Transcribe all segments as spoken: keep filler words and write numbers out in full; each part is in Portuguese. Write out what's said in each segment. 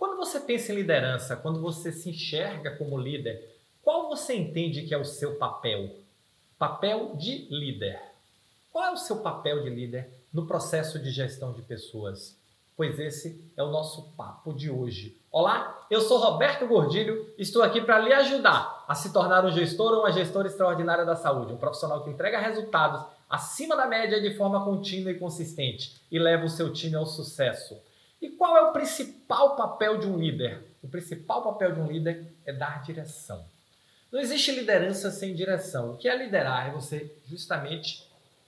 Quando você pensa em liderança, quando você se enxerga como líder, qual você entende que é o seu papel? Papel de líder. Qual é o seu papel de líder no processo de gestão de pessoas? Pois esse é o nosso papo de hoje. Olá, eu sou Roberto Gordilho, estou aqui para lhe ajudar a se tornar um gestor ou uma gestora extraordinária da saúde, um profissional que entrega resultados acima da média de forma contínua e consistente e leva o seu time ao sucesso. E qual é o principal papel de um líder? O principal papel de um líder é dar direção. Não existe liderança sem direção. O que é liderar? É você justamente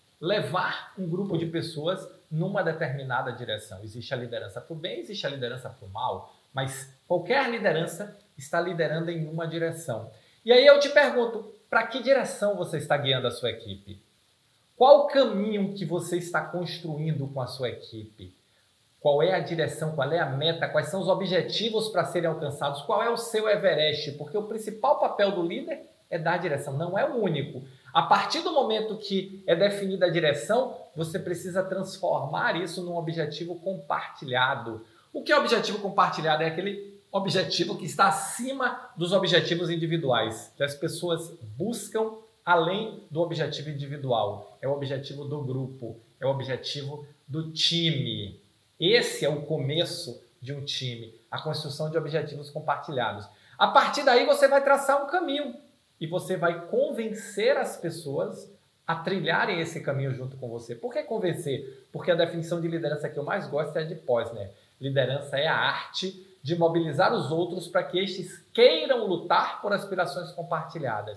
levar um grupo de pessoas numa determinada direção. Existe a liderança para o bem, existe a liderança para o mal, mas qualquer liderança está liderando em uma direção. E aí eu te pergunto, para que direção você está guiando a sua equipe? Qual o caminho que você está construindo com a sua equipe? Qual é a direção, qual é a meta, quais são os objetivos para serem alcançados, qual é o seu Everest? Porque o principal papel do líder é dar direção, não é o único. A partir do momento que é definida a direção, você precisa transformar isso num objetivo compartilhado. O que é objetivo compartilhado? É aquele objetivo que está acima dos objetivos individuais, que as pessoas buscam além do objetivo individual. É o objetivo do grupo, é o objetivo do time. Esse é o começo de um time, a construção de objetivos compartilhados. A partir daí você vai traçar um caminho e você vai convencer as pessoas a trilharem esse caminho junto com você. Por que convencer? Porque a definição de liderança que eu mais gosto é a de Posner. Liderança é a arte de mobilizar os outros para que estes queiram lutar por aspirações compartilhadas.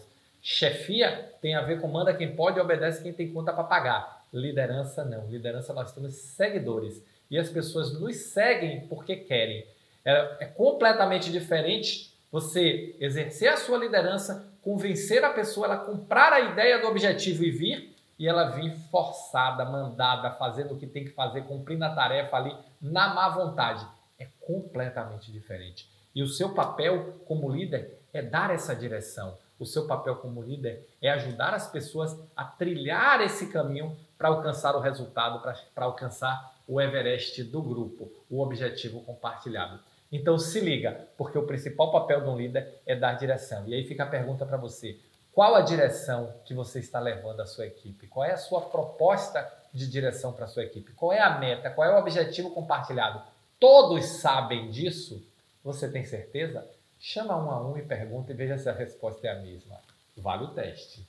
Chefia tem a ver com manda quem pode e obedece quem tem conta para pagar. Liderança não. Liderança nós temos seguidores. E as pessoas nos seguem porque querem. É, é completamente diferente você exercer a sua liderança, convencer a pessoa, ela comprar a ideia do objetivo e vir, e ela vir forçada, mandada, fazendo o que tem que fazer, cumprindo a tarefa ali na má vontade. É completamente diferente. E o seu papel como líder é dar essa direção. O seu papel como líder é ajudar as pessoas a trilhar esse caminho para alcançar o resultado, para alcançar o Everest do grupo, o objetivo compartilhado. Então se liga, porque o principal papel de um líder é dar direção. E aí fica a pergunta para você: qual a direção que você está levando à sua equipe? Qual é a sua proposta de direção para a sua equipe? Qual é a meta? Qual é o objetivo compartilhado? Todos sabem disso? Você tem certeza? Chama um a um e pergunta e veja se a resposta é a mesma. Vale o teste.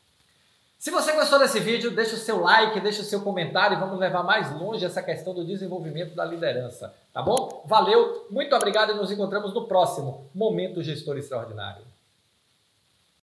Se você gostou desse vídeo, deixa o seu like, deixa o seu comentário e vamos levar mais longe essa questão do desenvolvimento da liderança, tá bom? Valeu, muito obrigado e nos encontramos no próximo Momento Gestor Extraordinário.